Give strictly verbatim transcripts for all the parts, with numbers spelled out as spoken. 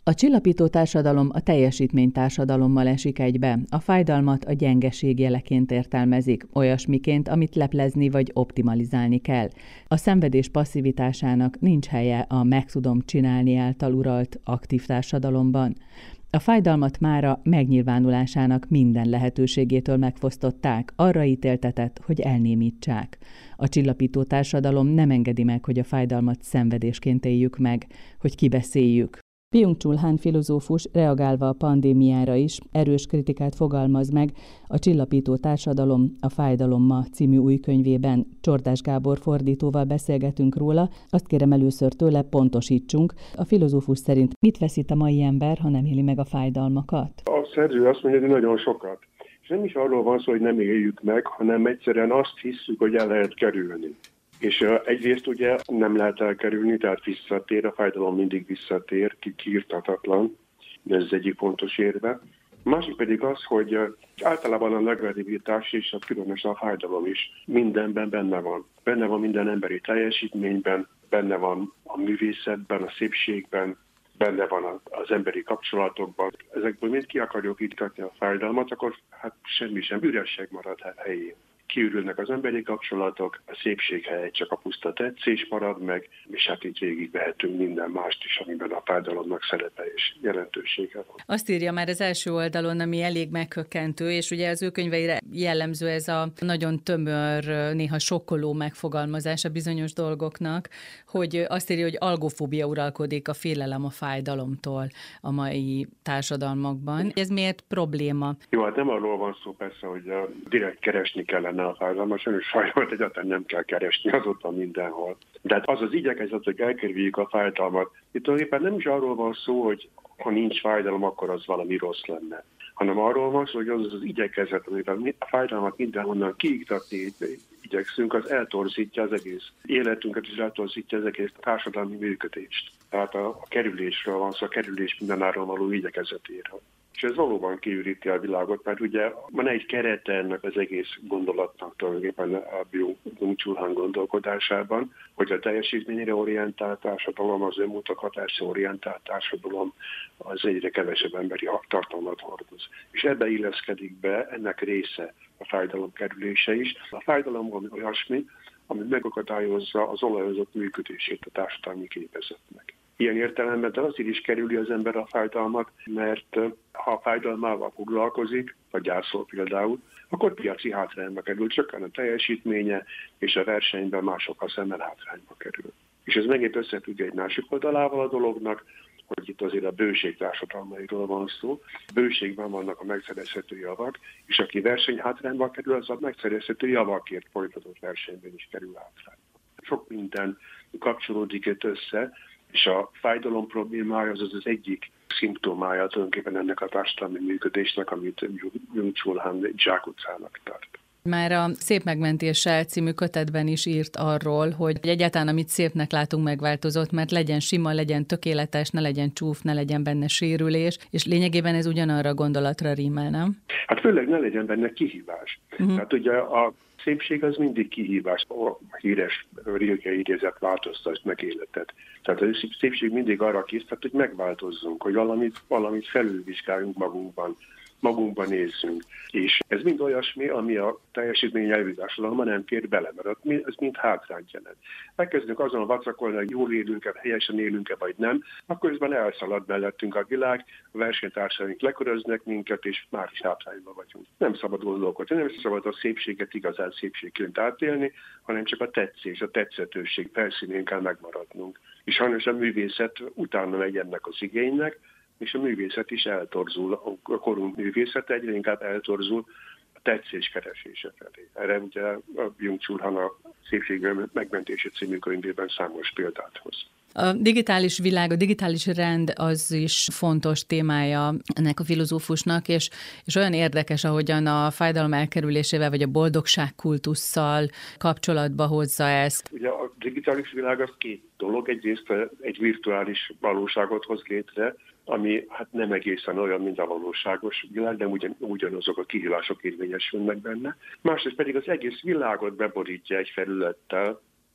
A csillapító társadalom a teljesítménytársadalommal esik egybe, a fájdalmat a gyengeség jeleként értelmezik, olyasmiként, amit leplezni vagy optimalizálni kell. A szenvedés passzivitásának nincs helye a meg tudom csinálni által uralt aktív társadalomban. A fájdalmat mára megnyilvánulásának minden lehetőségétől megfosztották, arra ítéltetett, hogy elnémítsák. A csillapító társadalom nem engedi meg, hogy a fájdalmat szenvedésként éljük meg, hogy kibeszéljük. Byung-Chul Han filozófus reagálva a pandémiára is erős kritikát fogalmaz meg a Csillapító társadalom, a fájdalom ma című új könyvében. Csordás Gábor fordítóval beszélgetünk róla, azt kérem először tőle, pontosítsunk. A filozófus szerint mit veszít a mai ember, ha nem éli meg a fájdalmakat? A szerző azt mondja, hogy nagyon sokat. És nem is arról van szó, hogy nem éljük meg, hanem egyszerűen azt hiszük, hogy el lehet kerülni. És uh, egyrészt ugye nem lehet elkerülni, tehát visszatér, a fájdalom mindig visszatér, kiírtathatlan, de ez az egyik fontos érve. A másik pedig az, hogy uh, általában a negativitás és a különösen a fájdalom is mindenben benne van. Benne van minden emberi teljesítményben, benne van a művészetben, a szépségben, benne van az emberi kapcsolatokban. Ezekből mind ki akarjuk írtatni a fájdalmat, akkor hát semmi sem, üresség marad helyén. Kiürülnek az emberi kapcsolatok, a szépség helyett csak a puszta tetszés marad meg, és hát itt végigvehetünk minden mást is, amiben a fájdalomnak szerepe és jelentősége van. Azt írja már az első oldalon, ami elég meghökkentő, és ugye az ő könyveire jellemző ez a nagyon tömör, néha sokkoló megfogalmazása bizonyos dolgoknak, hogy azt írja, hogy algofóbia uralkodik, a félelem a fájdalomtól a mai társadalmakban. Ez miért probléma? Jó, hát nem arról van szó persze, hogy direkt keresni kellene a fájdalmat, sajnos fájdalmat egyáltalán nem kell keresni, az ott van mindenhol. De hát az az igyekezet, hogy elkerüljük a fájdalmat. Itt tulajdonképpen nem is arról van szó, hogy ha nincs fájdalom, akkor az valami rossz lenne, hanem arról van szó, hogy az az igyekezet, amivel a fájdalmat mindenhonnan kiiktatni igyekszünk, az eltorzítja az egész életünket, és eltorzítja az egész társadalmi működést. Tehát a, a kerülésről van szó, a kerülés mindenáron való igyekezetéről. És ez valóban kiüríti a világot, mert ugye van egy kerete ennek az egész gondolatnak tulajdonképpen a Byung-Chul Han gondolkodásában, hogy a teljesítményre orientált társadalom, az önmutatásra orientált társadalom az egyre kevesebb emberi tartalmat hordoz. És ebbe illeszkedik be ennek része a fájdalom kerülése is. A fájdalom valami olyasmi, ami megakadályozza az olajozott működését a társadalmi képezetnek. Ilyen értelemben de azért is kerüli az ember a fájdalmat, mert ha a fájdalmával foglalkozik, vagy gyászol például, akkor piaci hátrányba kerül, csökken a teljesítménye, és a versenyben másokkal szemben hátrányba kerül. És ez megint összefügg egy másik oldalával a dolognak, hogy itt azért a bőség társadalmairól van szó. Bőségben vannak a megszerezhető javak, és aki versenyhátrányba kerül, az a megszerezhető javakért folytatott versenyben is kerül hátrányba. Sok minden kapcsolódik itt össze, és a fájdalom problémája az az, az egyik szimptomája tulajdonképpen ennek a társadalmi működésnek, amit Byung-Chul Han zsákutcának tart. Már a Szép megmentéssel című kötetben is írt arról, hogy egyáltalán amit szépnek látunk megváltozott, mert legyen sima, legyen tökéletes, ne legyen csúf, ne legyen benne sérülés, és lényegében ez ugyanarra a gondolatra rímel, nem? Hát főleg ne legyen benne kihívás. Uh-huh. Tehát ugye a szépség az mindig kihívás. A híres Rilke idézet változtasd meg életet. Tehát a szépség mindig arra késztet, hogy megváltozzunk, hogy valamit, valamit felülvizsgáljunk magunkban, magunkban nézzünk. És ez mind olyasmi, ami a teljesítmény elvizsgálatban nem fér bele, mert ez mind hátrányt jelent. Megkezdünk azon vacakolni, hogy jól élünk-e, helyesen élünk-e, vagy nem, akkor ezben elszalad mellettünk a világ, a versenytársaink leköröznek minket, és már is hátrányban vagyunk. Nem szabad gondolkodni, nem szabad a szépséget igazán szépségként átélni, hanem csak a tetszés, a tetszetőség felszínén kell megmaradnunk. És sajnos a művészet utána megy ennek az igénynek, és a művészet is eltorzul, a korunk művészet egyre inkább eltorzul a tetszés keresése felé. Erre ugye a Byung-Chul Han a Szépség megmentése című könyvében számos példát hoz. A digitális világ, a digitális rend az is fontos témája ennek a filozófusnak, és, és olyan érdekes, ahogyan a fájdalom elkerülésével, vagy a boldogság kultusszal kapcsolatba hozza ezt. Ugye a digitális világ az két dolog. Egyrészt egy virtuális valóságot hoz létre, ami hát nem egészen olyan, mint a valóságos világ, de ugyan, ugyanazok a kihívások érvényesülnek benne. Másrészt pedig az egész világot beborítja egy felülettel,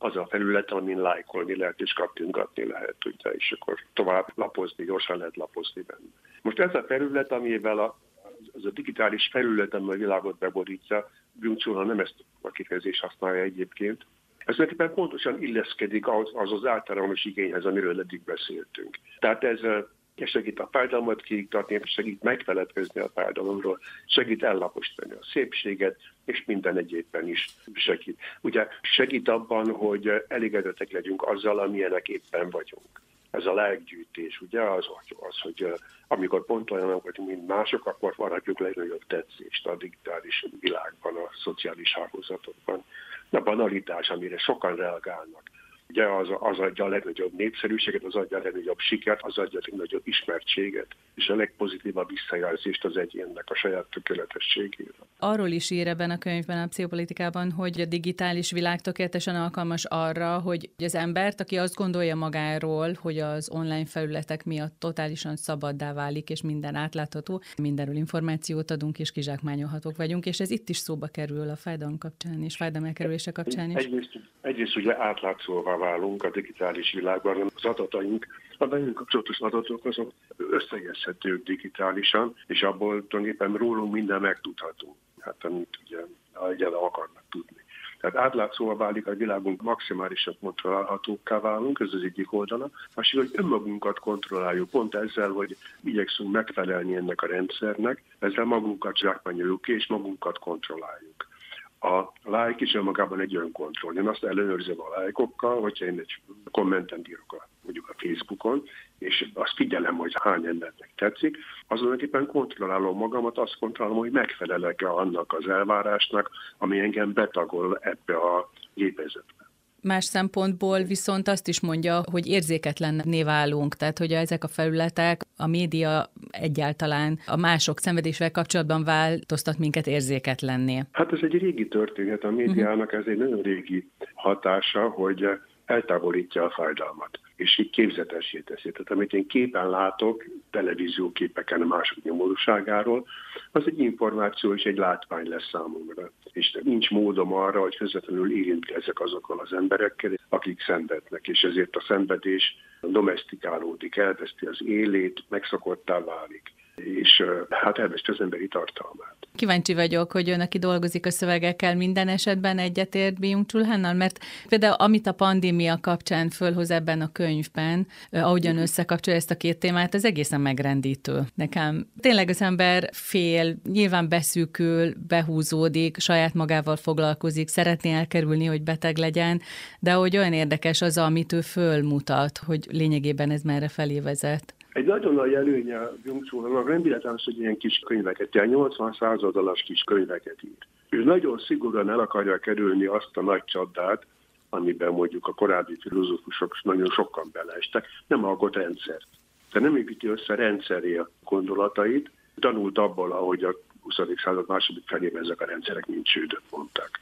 az a felület, amin lájkolni lehet és kattingatni lehet, ugye, és akkor tovább lapozni, gyorsan lehet lapozni benne. Most ez a felület, amivel a, az a digitális felület, ami a világot beborítja, Byung-Chul nem ezt a kifejezést használja egyébként, ez tulajdonképpen pontosan illeszkedik az, az az általános igényhez, amiről eddig beszéltünk. Tehát ez segít a fájdalmat kiiktatni, segít megfeledkezni a fájdalomról, segít ellapostani a szépséget, és minden egyébben is segít. Ugye segít abban, hogy elégedettek legyünk azzal, amilyenek éppen vagyunk. Ez a lelkgyűjtés, ugye, az, az, hogy amikor pont olyanok vagyunk, mint mások, akkor maradjuk legnagyobb tetszést a digitális világban, a szociális hálózatokban. A banalitás, amire sokan reagálnak. Ugye az, az adja a legnagyobb népszerűséget, az adja a legnagyobb sikert, az adja a legnagyobb ismertséget, és a legpozitívabb visszajelzést az egyénnek a saját tökéletességére. Arról is ír ebben a könyvben, a pszichopolitikában, hogy a digitális világ tökéletesen alkalmas arra, hogy az embert, aki azt gondolja magáról, hogy az online felületek miatt totálisan szabaddá válik, és minden átlátható, mindenről információt adunk, és kizsákmányolhatók vagyunk, és ez itt is szóba kerül a fájdalom kapcsán, és fájdalom elkerülése kapcsán is. Egyrészt, egyrészt ugye átlátszóvá válunk a digitális világban, az adataink, a velünk kapcsolatos adatok azok összegezhetők digitálisan, és abból tulajdonképpen rólunk minden megtudható, hát amit ugye egyáltalán akarnak tudni. Tehát átlátszóvá válik a világunk, maximálisan kontrollálhatókká válunk, ez az egyik oldala. Másik, hogy önmagunkat kontrolláljuk, pont ezzel, hogy igyekszünk megfelelni ennek a rendszernek, ezzel magunkat zsákmányoljuk ki, és magunkat kontrolláljuk. A like is önmagában egy önkontroll. Én azt ellenőrzöm a lájkokkal, hogyha én egy kommenten írok a, mondjuk a Facebookon, és azt figyelem, hogy hány embernek tetszik, azonképpen kontrollálom magamat, azt kontrollálom, hogy megfelelek-e annak az elvárásnak, ami engem betagol ebbe a gépezetbe. Más szempontból viszont azt is mondja, hogy érzéketlenné válunk, tehát hogy ezek a felületek, a média egyáltalán a mások szenvedésével kapcsolatban változtat minket érzéketlenné. Hát ez egy régi történet a médiának, ez egy nagyon régi hatása, hogy eltávolítja a fájdalmat, és így képzetessé teszi. Tehát amit én képen látok, televízióképeken a mások nyomorúságáról, az egy információ és egy látvány lesz számomra. És nincs módom arra, hogy közvetlenül érintkezzek azokkal az emberekkel, akik szenvednek, és ezért a szenvedés domesztikálódik, elveszti az élét, megszokottá válik, és hát elveszti az emberi tartalmát. Kíváncsi vagyok, hogy ön, aki dolgozik a szövegekkel, minden esetben egyetért Byung-Chul Hannal, mert például amit a pandémia kapcsán fölhoz ebben a könyvben, ahogyan összekapcsolja ezt a két témát, az egészen megrendítő. Nekem tényleg az ember fél, nyilván beszűkül, behúzódik, saját magával foglalkozik, szeretné elkerülni, hogy beteg legyen, de hogy olyan érdekes az, amit ő fölmutat, hogy lényegében ez merre felé vezet. Egy nagyon nagy előnye Byung-Chulnak nem véletlen az, hogy ilyen kis könyveket, ilyen nyolcvan-száz oldalas kis könyveket ír. Ő nagyon szigorúan el akarja kerülni azt a nagy csapdát, amiben mondjuk a korábbi filozófusok nagyon sokan beleestek, nem alkot rendszert. De nem építi össze rendszeré a gondolatait, tanult abból, ahogy a huszadik század második felében ezek a rendszerek mind csődöt mondták.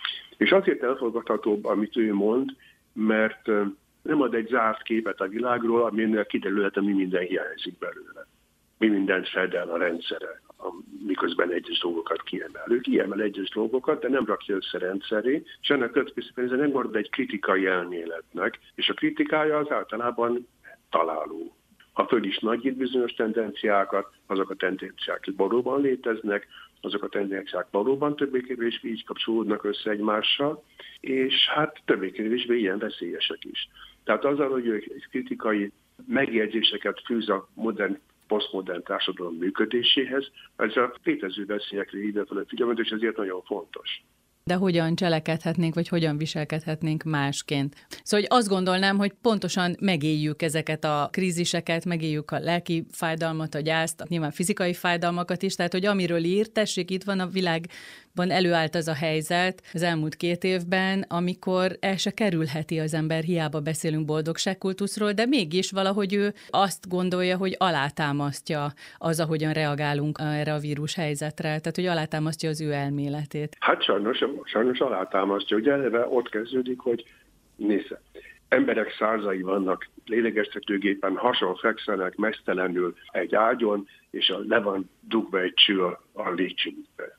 És azért elfogadhatóbb, amit ő mond, mert nem ad egy zárt képet a világról, aminek kiderülhet, mi minden hiányzik belőle. Mi mindent fed el a rendszere, miközben egyes dolgokat kiemel. Ő kiemel egyes dolgokat, de nem rakja össze rendszeré, és ennek következtében ez nem marad egy kritikai elméletnek, és a kritikája az általában találó. Ha föl is nagyít bizonyos tendenciákat, azok a tendenciák valóban léteznek, azok a tendenciák valóban többé-kevésbé így kapcsolódnak össze egymással, és hát többé-kevésbé ilyen veszélyesek is. Tehát azzal, hogy egy kritikai megjegyzéseket fűz a modern, posztmodern társadalom működéséhez, ez a létező veszélyekre ide fel a figyelmet, és ezért nagyon fontos. De hogyan cselekedhetnénk, vagy hogyan viselkedhetnénk másként. Szóval hogy azt gondolnám, hogy pontosan megéljük ezeket a kríziseket, megéljük a lelki fájdalmat, a gyászt, nyilván fizikai fájdalmakat is, tehát hogy amiről ír, tessék, itt van a világban előállt az a helyzet az elmúlt két évben, amikor el se kerülheti az ember, hiába beszélünk boldogságkultuszról, de mégis valahogy ő azt gondolja, hogy alátámasztja az, ahogyan reagálunk erre a vírus helyzetre, tehát hogy alátámasztja az ő elméletét. Hát sajnos Sajnos alátámasztja, hogy eleve ott kezdődik, hogy nézze, emberek százai vannak lélegeztetőgépen, hason fekszenek meztelenül egy ágyon, és le van dugva egy cső a légcsőbe.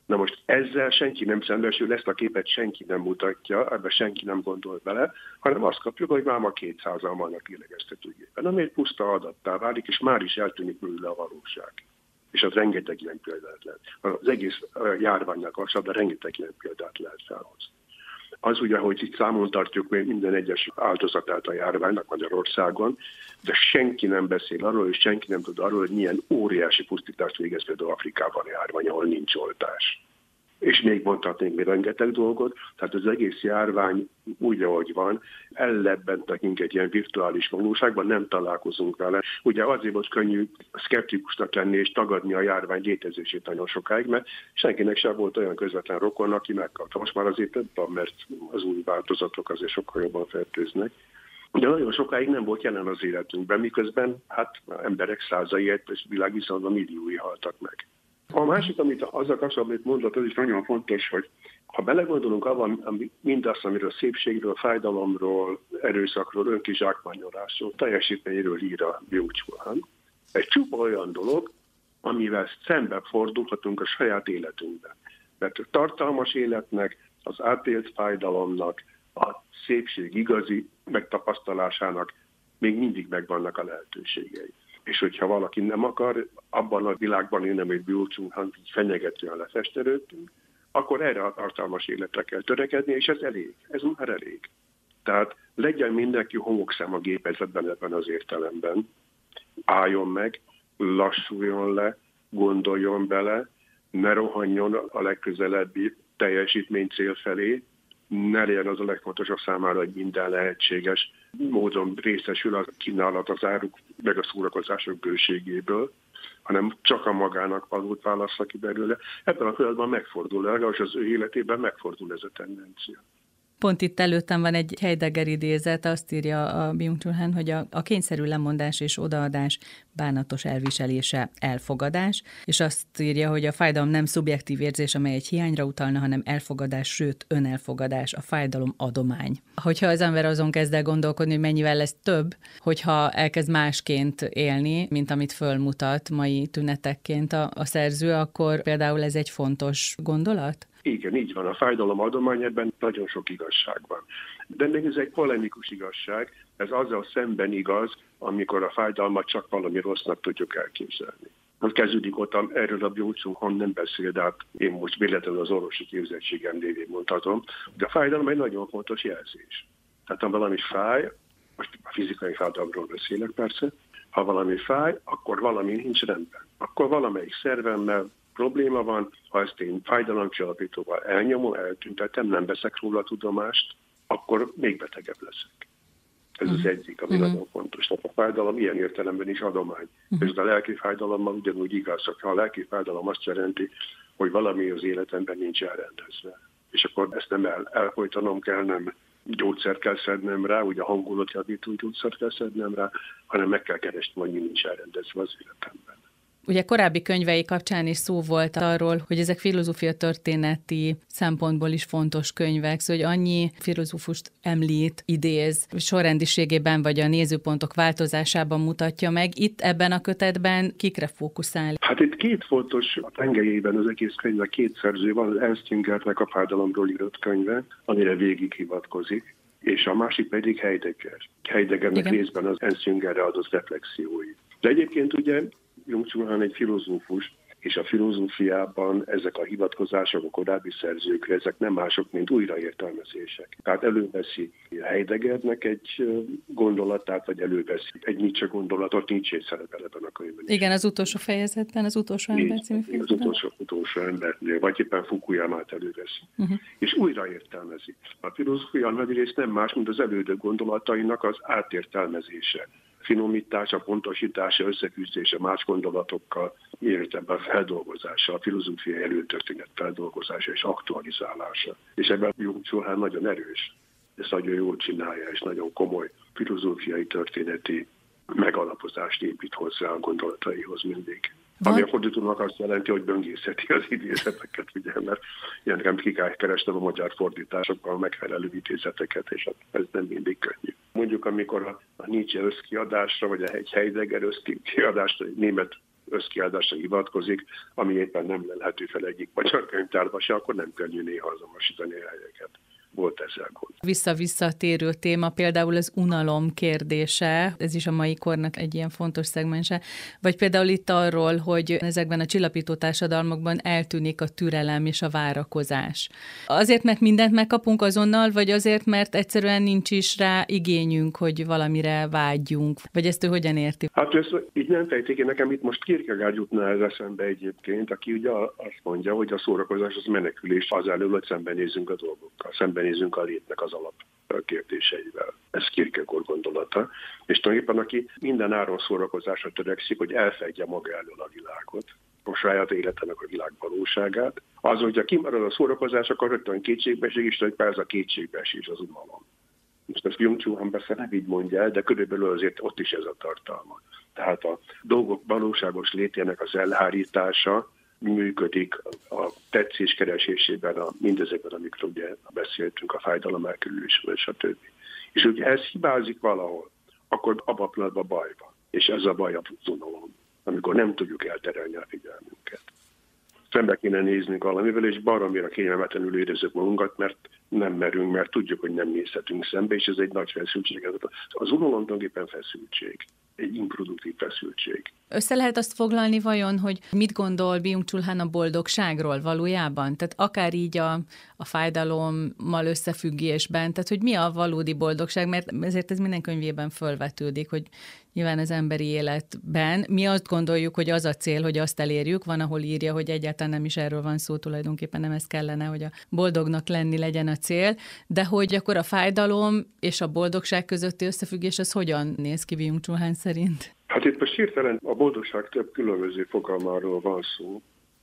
Na most ezzel senki nem szembesül, ezt a képet senki nem mutatja, ebbe senki nem gondol bele, hanem azt kapjuk, hogy már ma kétszázan vannak lélegeztetőgépen, ami egy puszta adattá válik, és már is eltűnik belőle a valóság. És az rengeteg ilyen példát lehet. Az egész járványnak kapcsolatban rengeteg ilyen példát lehet felhozni. Az ugye, hogy itt számon tartjuk minden egyes áldozatát a járványnak Magyarországon, de senki nem beszél arról, és senki nem tud arról, hogy milyen óriási pusztítást végez például Afrikában a járvány, ahol nincs oltás. És még mondhatnénk még rengeteg dolgot, tehát az egész járvány úgy, ahogy van, ellebbent nekünk egy ilyen virtuális valóságban, nem találkozunk vele. Ugye azért volt könnyű szkeptikusnak lenni és tagadni a járvány létezését nagyon sokáig, mert senkinek sem volt olyan közvetlen rokon, aki megkapta. Most már azért több van, mert az új változatok azért sokkal jobban fertőznek. De nagyon sokáig nem volt jelen az életünkben, miközben hát emberek százai, és világviszonyban milliói haltak meg. A másik, amit azzal kapcsolatban amit mondott, az is nagyon fontos, hogy ha belegondolunk abban, mindazt, amiről szépségről, fájdalomról, erőszakról, önkizsákmányolásról, teljesítményről ír a Byung-Chul Han, egy csupa olyan dolog, amivel szembe fordulhatunk a saját életünkben. Mert a tartalmas életnek, az átélt fájdalomnak, a szépség igazi megtapasztalásának még mindig megvannak a lehetőségei. És hogyha valaki nem akar abban a világban élni, amit Byung-Chul Han így fenyegetően lefest előttünk, akkor erre a tartalmas életre kell törekedni, és ez elég. Ez már elég. Tehát legyen mindenki homokszem a gépezetben ebben az értelemben, álljon meg, lassuljon le, gondoljon bele, ne rohanjon a legközelebbi teljesítmény cél felé, ne legyen az a legfontosabb számára, hogy minden lehetséges módon részesül a kínálat, az áruk, meg a szórakozások bőségéből, hanem csak a magának valót válassza ki belőle. Ebben a pillanatban megfordul, legalábbis az ő életében megfordul ez a tendencia. Pont itt előttem van egy Heidegger idézet, azt írja a Byung-Chul Han, hogy a, a kényszerű lemondás és odaadás bánatos elviselése elfogadás, és azt írja, hogy a fájdalom nem szubjektív érzés, amely egy hiányra utalna, hanem elfogadás, sőt önelfogadás, a fájdalom adomány. Hogyha az ember azon kezd el gondolkodni, hogy mennyivel lesz több, hogyha elkezd másként élni, mint amit fölmutat mai tünetekként a, a szerző, akkor például ez egy fontos gondolat? Igen, így van. A fájdalom adomány, ebben nagyon sok igazság van. De még ez egy polemikus igazság, ez azzal szemben igaz, amikor a fájdalmat csak valami rossznak tudjuk elképzelni. Az kezdődik ott, erről a Byung-Chul Han nem beszél, de hát én most véletlenül az orvosi képzettségem révén mondhatom, de a fájdalom egy nagyon fontos jelzés. Tehát ha valami fáj, most a fizikai fájdalomról beszélek persze, ha valami fáj, akkor valami nincs rendben. Akkor valamelyik szervemmel probléma van, ha ezt én fájdalomcsillapítóval elnyomom, eltüntetem, nem veszek róla tudomást, akkor még betegebb leszek. Ez uh-huh. az egyik, ami uh-huh. nagyon fontos. Tehát a fájdalom ilyen értelemben is adomány. Uh-huh. És a lelki fájdalommal ugyanúgy igaz, ha a lelki fájdalom azt jelenti, hogy valami az életemben nincs elrendezve. És akkor ezt nem el, elfolytanom kell, nem gyógyszert kell szednem rá, ugye a hangulatjavító gyógyszert kell szednem rá, hanem meg kell keresni, hogy mi nincs elrendezve az életemben. Ugye korábbi könyvei kapcsán is szó volt arról, hogy ezek filozófia történeti szempontból is fontos könyvek, szóval hogy annyi filozófust említ, idéz, sorrendiségében vagy a nézőpontok változásában mutatja meg. Itt ebben a kötetben kikre fókuszál? Hát itt két fontos, a tengelyében az egész könyvnek két szerző van, az Ernst Jüngernek a fájdalomról írott könyve, amire végig hivatkozik, és a másik pedig Heidegger. Heideggernek Igen. részben az Ernst Jüngerre adott reflexiói. De egyébként ugye Byung-Chul Han egy filozófus, és a filozófiában ezek a hivatkozások a korábbi szerzőkre, ezek nem mások, mint újraértelmezések. Tehát előveszi Heideggernek egy gondolatát, vagy előveszi egy Nietzsche gondolatot, Nietzsche szerepel ebben a könyvben. Igen, az utolsó fejezetben, az utolsó ember című fejezetben. Az utolsó, utolsó embernél, vagy éppen Fukuyamát előveszi. Uh-huh. És újraértelmezi. A filozófia nagyrészt nem más, mint az elődök gondolatainak az átértelmezése. Finomítása, pontosítása, összefűzése más gondolatokkal, értelemben feldolgozása, a filozófiai előtörténet feldolgozása és aktualizálása. És ebben Byung-Chul Han nagyon erős. Ezt nagyon jól csinálja, és nagyon komoly filozófiai történeti megalapozást épít hozzá a gondolataihoz mindig. Van? Ami a fordítónak azt jelenti, hogy böngészheti az idézeteket, ugye, mert ilyen nekem ki kell keresnem a magyar fordításokkal megfelelő idézeteket, és ez nem mindig könnyű. Mondjuk, amikor a, a Nietzsche összkiadásra, vagy egy Heidegger összkiadásra, egy német összkiadásra hivatkozik, ami éppen nem lelhető fel egyik magyar könyvtárba se, akkor nem könnyű néha azonosítani a helyeket. Volt ezzel gond. Vissza-visszatérő téma például az unalom kérdése, ez is a mai kornak egy ilyen fontos szegmense, vagy például itt arról, hogy ezekben a csillapító társadalmakban eltűnik a türelem és a várakozás. Azért, mert mindent megkapunk azonnal, vagy azért, mert egyszerűen nincs is rá igényünk, hogy valamire vágyjunk, vagy ezt ő hogyan érti? Hát ezt így nem fejték, én nekem itt most Kierkegaard jutna ez eszembe egyébként, aki ugye azt mondja, hogy a szórakozás az menekülés az elől, hogy szembenézünk a dolgokkal, szembenézünk a létnek az alap kérdéseivel. Ez Kierkegaard gondolata. És tulajdonképpen aki minden áron szórakozásra törekszik, hogy elfedje maga elől a világot, a saját életének a világ valóságát, az, hogyha kimarad a szórakozás, akkor rögtön kétségbeesik, és hogy persze a kétségbeesés az unalom. Most ezt Byung-Chul Han persze nem így mondja el, de körülbelül azért ott is ez a tartalma. Tehát a dolgok valóságos létének az elhárítása működik a tetszés keresésében, a, mindezekben, amikről ugye beszéltünk, a fájdalom elkerülésről, stb. És ugye ez hibázik valahol, akkor abban a pillanatban baj van. És ez a baj a unalom, amikor nem tudjuk elterelni a figyelmünket. Szembe kéne néznünk valamivel, és baromira kényelmetlenül érezzük magunkat, mert nem merünk, mert tudjuk, hogy nem nézhetünk szembe, és ez egy nagy feszültség. Az unalom tulajdonképpen feszültség, egy improduktív feszültség. Össze lehet azt foglalni vajon, hogy mit gondol Byung-Chul Han a boldogságról valójában? Tehát akár így a, a fájdalommal összefüggésben, tehát hogy mi a valódi boldogság, mert ezért ez minden könyvében fölvetődik, hogy nyilván az emberi életben mi azt gondoljuk, hogy az a cél, hogy azt elérjük, van, ahol írja, hogy egyáltalán nem is erről van szó, tulajdonképpen nem ez kellene, hogy a boldognak lenni legyen a cél, de hogy akkor a fájdalom és a boldogság közötti összefüggés, az hogyan néz ki Byung-Chul Han szerint? Hát itt most hirtelen a boldogság több különböző fogalmáról van szó,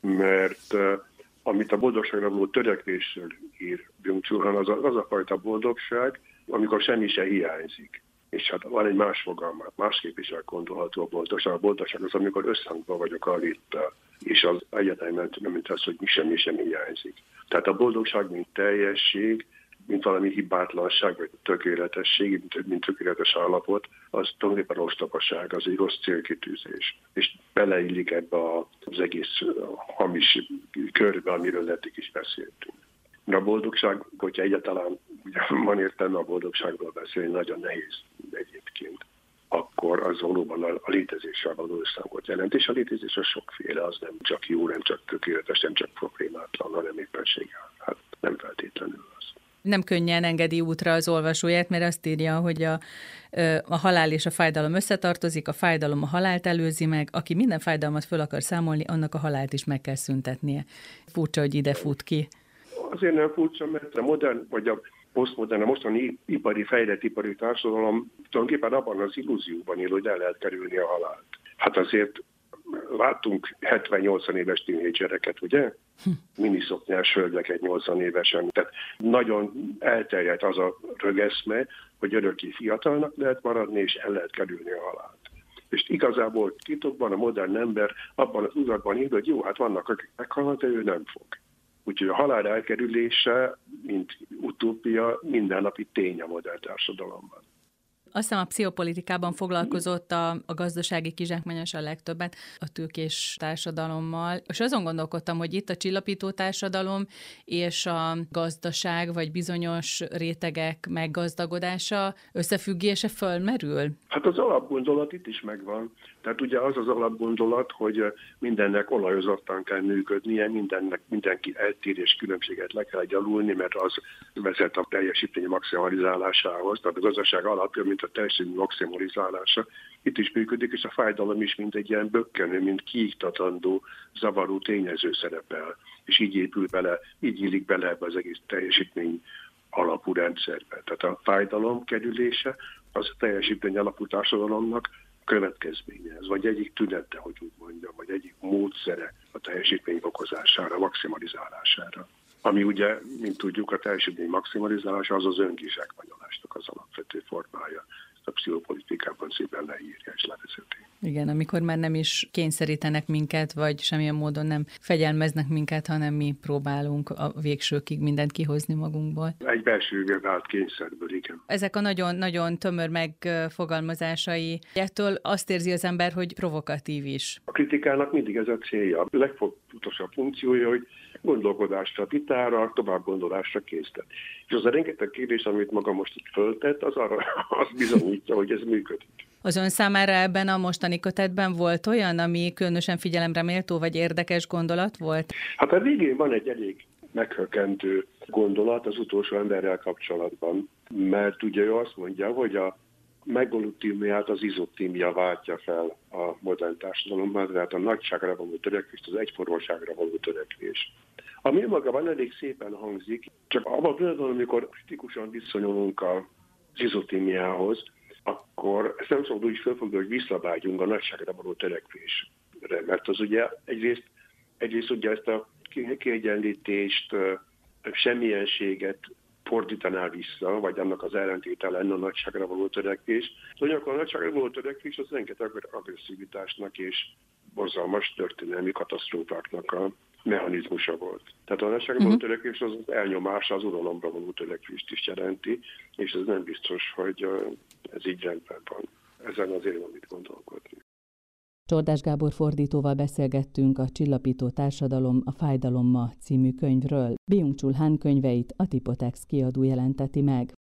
mert uh, amit a boldogságra való törekvésről ír Byung-Chul Han, az a, az a fajta boldogság, amikor semmi se hiányzik. És hát van egy más fogalmát, másképp is elgondolható a boldogság. A boldogság az, amikor összhangban vagyok a léttel, és az egyetemen nem mint az, hogy semmi sem hiányzik. Tehát a boldogság, mint teljesség, mint valami hibátlanság, vagy tökéletesség, mint, mint tökéletes állapot, az tulajdonképpen ostobaság, az egy rossz célkitűzés. És beleillik ebbe az egész hamis körbe, amiről eddig is beszéltünk. De a boldogság, hogyha egyáltalán ugye van értelme a boldogságról beszélni, nagyon nehéz egyébként, akkor az valóban a, a létezéssel való összhangot jelent. És a létezés az sokféle, az nem csak jó, nem csak tökéletes, nem csak problémátlan, hanem éppenséggel. Hát nem feltétlenül az. Nem könnyen engedi útra az olvasóját, mert azt írja, hogy a, a halál és a fájdalom összetartozik, a fájdalom a halált előzi meg, aki minden fájdalmat föl akar számolni, annak a halált is meg kell szüntetnie. Furcsa, hogy ide fut ki. Azért nem furcsa, mert a modern, vagy a posztmodern, a mostani ipari, fejlett ipari társadalom tulajdonképpen abban az illúzióban él, hogy el lehet kerülni a halált. Hát azért láttunk hetven-nyolcvan éves tínédzsereket, ugye? Hm. Miniszoknyás hölgyeket nyolcvan évesen. Tehát nagyon elterjedt az a rögeszme, hogy örökké fiatalnak lehet maradni, és el lehet kerülni a halált. És igazából titokban a modern ember abban az uzakban él, hogy jó, hát vannak, akik meghalnak, de ő nem fog. Úgyhogy a halál elkerülése, mint utópia, mindennapi tény a modern társadalomban. Azt hiszem a pszichopolitikában foglalkozott a, a gazdasági kizsákmányos a legtöbbet, a tőkés társadalommal, és azon gondolkodtam, hogy itt a csillapító társadalom és a gazdaság, vagy bizonyos rétegek meggazdagodása, összefüggése fölmerül? Hát az alapgondolat itt is megvan. Tehát ugye az az alapgondolat, hogy mindennek olajozottan kell működnie, mindennek, mindenki eltér és különbséget le kell gyalulni, mert az vezet a teljesítmény maximalizálásához. Tehát a gazdaság alapja, mint a teljesítmény maximalizálása, itt is működik, és a fájdalom is mint egy ilyen bökkenő, mint kiiktatandó, zavaró tényező szerepel. És így épül bele, így illik bele ebbe az egész teljesítmény alapú rendszerbe. Tehát a fájdalom kerülése az a teljesítmény alapú társadalomnak következménye, ez vagy egyik tünete, hogy úgy mondjam, vagy egyik módszere a teljesítmény fokozására, maximalizálására. Ami ugye, mint tudjuk, a teljesítmény maximalizálása az az önkizsákmányolásnak az alapvető formája. Ezt a pszichopolitikában szépen leírja és levezeti. Igen, amikor már nem is kényszerítenek minket, vagy semmilyen módon nem fegyelmeznek minket, hanem mi próbálunk a végsőkig mindent kihozni magunkból. Egy belső vált kényszerből, igen. Ezek a nagyon-nagyon tömör megfogalmazásai, ettől azt érzi az ember, hogy provokatív is. A kritikának mindig ez a célja. A legfontosabb funkciója, hogy gondolkodásra, vitára, tovább gondolásra késztet. És az a rengeteg kérdés, amit maga most itt föltett, az arra az bizonyítja, hogy ez működik. Az ön számára ebben a mostani kötetben volt olyan, ami különösen figyelemre méltó vagy érdekes gondolat volt? Hát a végén van egy elég meghökkentő gondolat az utolsó emberrel kapcsolatban, mert ugye ő azt mondja, hogy a megvolutímiát az izotímia váltja fel a modern társadalomban, tehát a nagyságra való törekvést, az egyformaságra való törekvés. Ami magában elég szépen hangzik, csak abban a pillanatban, amikor kritikusan viszonyulunk az izotímiához, akkor ezt nem szabad úgy felfogni, hogy visszavágyunk a nagyságra való törekvésre, mert az ugye egyrészt, egyrészt ugye ezt a kiegyenlítést, semmienséget fordítaná vissza, vagy annak az ellentéte lenne a nagyságra való törekvés. Ugyanakkor a nagyságra való törekvés az rengeteg agresszivitásnak és borzalmas történelmi katasztrófáknak a mechanizmusa volt. Tehát a nagyságra való törekvés az az elnyomása, az uralomra való törekvést is jelenti, és ez nem biztos, hogy ez így rendben van. Ezen azért van mit gondolkodni. Csordás Gábor fordítóval beszélgettünk a Csillapító társadalom, a fájdalom ma című könyvről. Byung-Chul Han könyveit a Tipotex kiadó jelenteti meg.